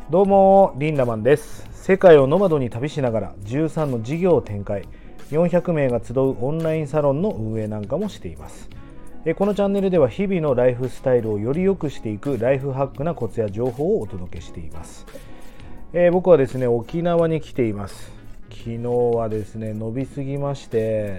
どうもリンダマンです。世界をノマドに旅しながら13の事業を展開、400名が集うオンラインサロンの運営なんかもしています。このチャンネルでは日々のライフスタイルをより良くしていくライフハックなコツや情報をお届けしています。僕はですね、沖縄に来ています。昨日はですね、伸びすぎまして、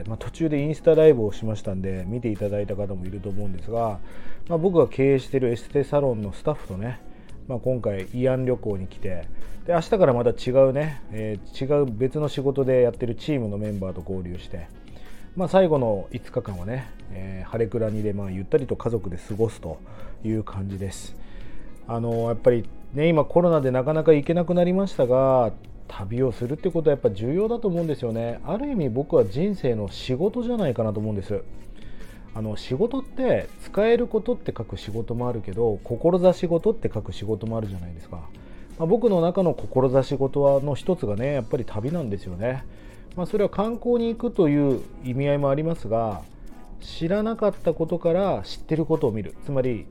途中でインスタライブをしましたんで見ていただいた方もいると思うんですが、僕が経営しているエステサロンのスタッフとね、今回慰安旅行に来て、で明日からまた違うね、違う別の仕事でやってるチームのメンバーと合流して、最後の5日間はね、晴れくらにでゆったりと家族で過ごすという感じです。やっぱりね、今コロナでなかなか行けなくなりましたが、旅をするってことはやっぱ重要だと思うんですよね。ある意味僕は人生の仕事じゃないかなと思うんです。仕事って使えることって書く仕事もあるけど、志事って書く仕事もあるじゃないですか。僕の中の志事の一つがね、やっぱり旅なんですよね。それは観光に行くという意味合いもありますが、知らなかったことから知ってることを見る、つまり、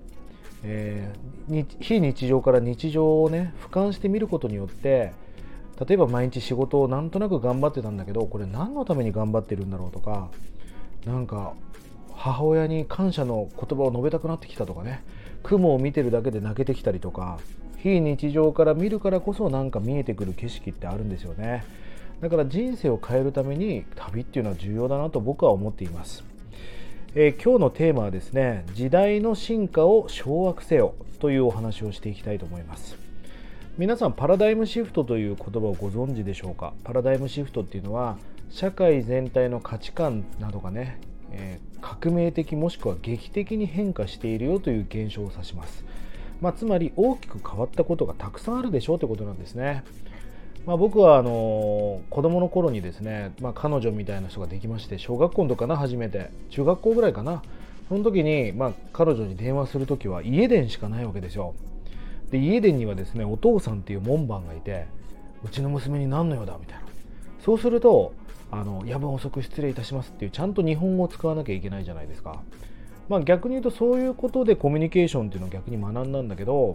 非日常から日常をね俯瞰して見ることによって、例えば毎日仕事をなんとなく頑張ってたんだけど、これ何のために頑張ってるんだろうとか、なんか母親に感謝の言葉を述べたくなってきたとかね、雲を見てるだけで泣けてきたりとか、非日常から見るからこそなんか見えてくる景色ってあるんですよね。だから人生を変えるために旅っていうのは重要だなと僕は思っています。今日のテーマはですね、時代の進化を掌握せよというお話をしていきたいと思います。皆さんパラダイムシフトという言葉をご存知でしょうか。パラダイムシフトっていうのは社会全体の価値観などがね、革命的もしくは劇的に変化しているよという現象を指します。つまり大きく変わったことがたくさんあるでしょうということなんですね。僕は子供の頃にですね、彼女みたいな人ができまして、小学校の時かな、初めて中学校ぐらいかな、その時に、彼女に電話する時は家電しかないわけですよ。で家電にはですね、お父さんっていう門番がいて、うちの娘に何の用だみたいな。そうすると夜分遅く失礼いたしますっていうちゃんと日本語を使わなきゃいけないじゃないですか。逆に言うとそういうことでコミュニケーションっていうのを逆に学んだんだけど、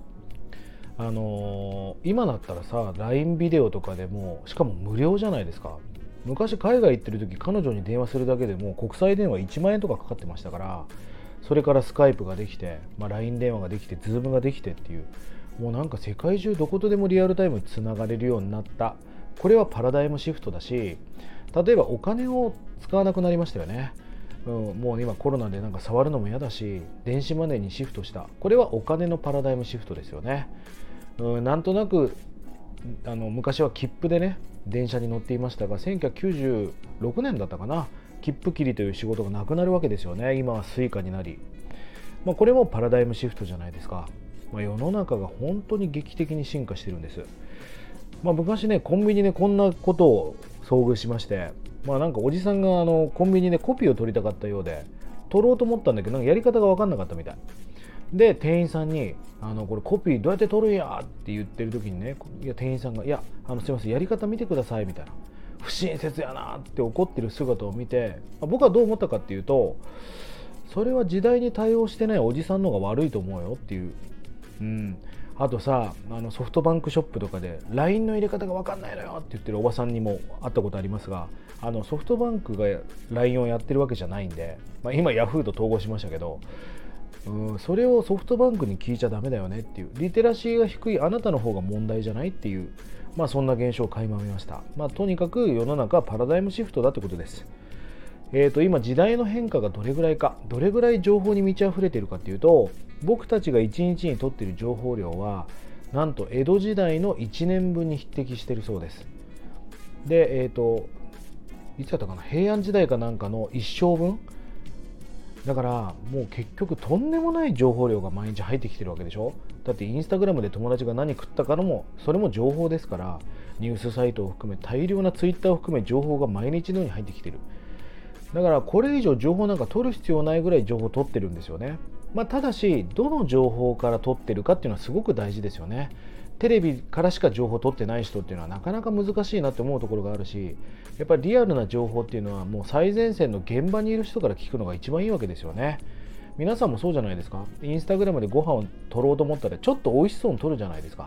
今だったらさ LINE ビデオとかでもしかも無料じゃないですか。昔海外行ってる時彼女に電話するだけでも国際電話1万円とかかかってましたから、それからスカイプができて、LINE 電話ができて、ズームができてっていう、もうなんか世界中どことでもリアルタイムにつながれるようになった。これはパラダイムシフトだし、例えばお金を使わなくなりましたよね。もう今コロナでなんか触るのも嫌だし、電子マネーにシフトした。これはお金のパラダイムシフトですよね。なんとなく昔は切符でね電車に乗っていましたが、1996年だったかな、切符切りという仕事がなくなるわけですよね。今はスイカになり、これもパラダイムシフトじゃないですか。世の中が本当に劇的に進化してるんです。昔ね、コンビニでこんなことを遭遇しまして、なんかおじさんがコンビニでコピーを取りたかったようで、取ろうと思ったんだけどなんかやり方が分かんなかったみたいで、店員さんにこれコピーどうやって取るんやって言ってる時にね、店員さんがすいません、やり方見てくださいみたいな、不親切やなって怒ってる姿を見て、僕はどう思ったかっていうと、それは時代に対応してないおじさんの方が悪いと思うよっていう。あとさ、ソフトバンクショップとかで LINE の入れ方が分かんないのよって言ってるおばさんにも会ったことありますが、ソフトバンクが LINE をやってるわけじゃないんで、今ヤフーと統合しましたけど、それをソフトバンクに聞いちゃダメだよねっていう、リテラシーが低いあなたの方が問題じゃないっていう、そんな現象を垣間見ました。とにかく世の中はパラダイムシフトだってことです。今時代の変化がどれぐらい情報に満ち溢れているかっていうと、僕たちが1日に取っている情報量はなんと江戸時代の1年分に匹敵しているそうです。で、いつだったかな、平安時代かなんかの一生分だから、もう結局とんでもない情報量が毎日入ってきてるわけでしょ。だってインスタグラムで友達が何食ったかのもそれも情報ですから、ニュースサイトを含め大量なツイッターを含め情報が毎日のように入ってきてる。だからこれ以上情報なんか取る必要ないぐらい情報を取ってるんですよね。ただしどの情報から取ってるかっていうのはすごく大事ですよね。テレビからしか情報を取ってない人っていうのはなかなか難しいなって思うところがあるし、やっぱりリアルな情報っていうのはもう最前線の現場にいる人から聞くのが一番いいわけですよね。皆さんもそうじゃないですか。インスタグラムでご飯を撮ろうと思ったらちょっと美味しそうに撮るじゃないですか。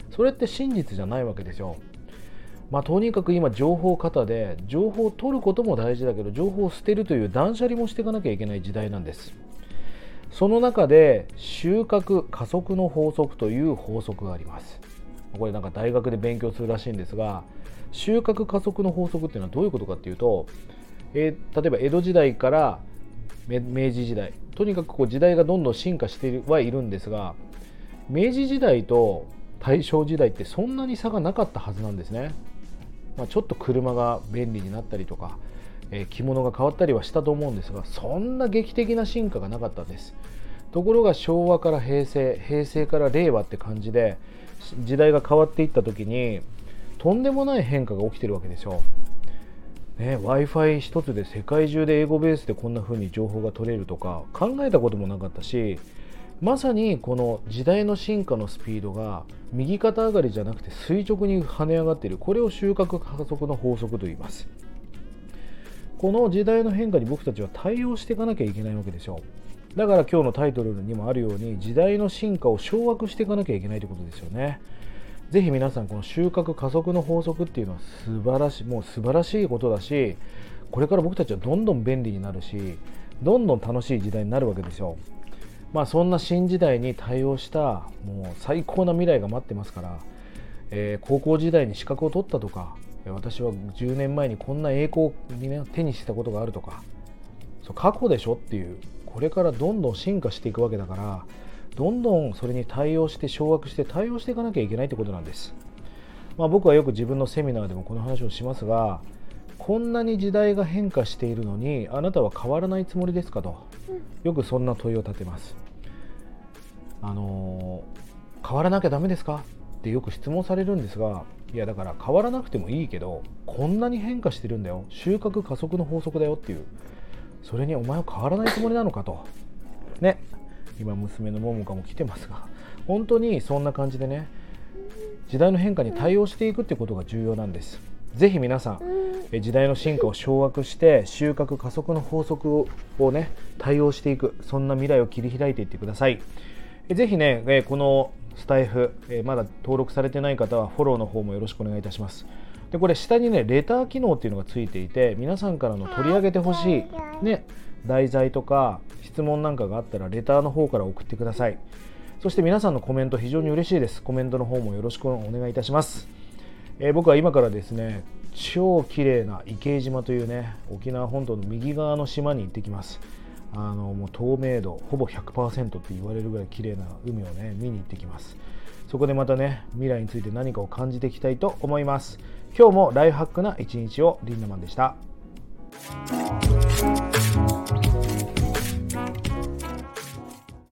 それって真実じゃないわけですよ。とにかく今情報過多で、情報を取ることも大事だけど情報を捨てるという断捨離もしていかなきゃいけない時代なんです。その中で収穫加速の法則という法則があります。これなんか大学で勉強するらしいんですが、収穫加速の法則っていうのはどういうことかっていうと、例えば江戸時代から明治時代、とにかく時代がどんどん進化してはいるんですが、明治時代と大正時代ってそんなに差がなかったはずなんですね。ちょっと車が便利になったりとか、着物が変わったりはしたと思うんですが、そんな劇的な進化がなかったんです。ところが昭和から平成、平成から令和って感じで時代が変わっていった時にとんでもない変化が起きてるわけですよ。Wi-Fi 一つで世界中で英語ベースでこんな風に情報が取れるとか考えたこともなかったし、まさにこの時代の進化のスピードが右肩上がりじゃなくて垂直に跳ね上がっている。これを収穫加速の法則と言います。この時代の変化に僕たちは対応していかなきゃいけないわけですよ。だから今日のタイトルにもあるように、時代の進化を掌握していかなきゃいけないということですよね。ぜひ皆さん、この収穫加速の法則っていうのは素晴らしいことだし、これから僕たちはどんどん便利になるし、どんどん楽しい時代になるわけですよ。そんな新時代に対応したもう最高な未来が待ってますから、高校時代に資格を取ったとか、私は10年前にこんな栄光に、手にしたことがあるとか、過去でしょっていう、これからどんどん進化していくわけだから、どんどんそれに対応して掌握して対応していかなきゃいけないということなんです。僕はよく自分のセミナーでもこの話をしますが、こんなに時代が変化しているのにあなたは変わらないつもりですかと、よくそんな問いを立てます。変わらなきゃダメですかってよく質問されるんですが、いやだから変わらなくてもいいけど、こんなに変化してるんだよ、収穫加速の法則だよっていう、それにお前は変わらないつもりなのかとね。今娘のももかも来てますが、本当にそんな感じでね、時代の変化に対応していくってことが重要なんです。ぜひ皆さん、時代の進化を掌握して収穫加速の法則をね、対応していく、そんな未来を切り開いていってください。ぜひね、このスタイフ、まだ登録されてない方はフォローの方もよろしくお願いいたします。でこれ下にねレター機能っていうのがついていて、皆さんからの取り上げてほしいね題材とか質問なんかがあったらレターの方から送ってください。そして皆さんのコメント非常に嬉しいです。コメントの方もよろしくお願いいたします。僕は今からですね、超綺麗な伊計島というね、沖縄本島の右側の島に行ってきます。もう透明度ほぼ 100% って言われるぐらい綺麗な海をね見に行ってきます。そこでまたね未来について何かを感じていきたいと思います。今日もライフハックな一日を。リンダマンでした。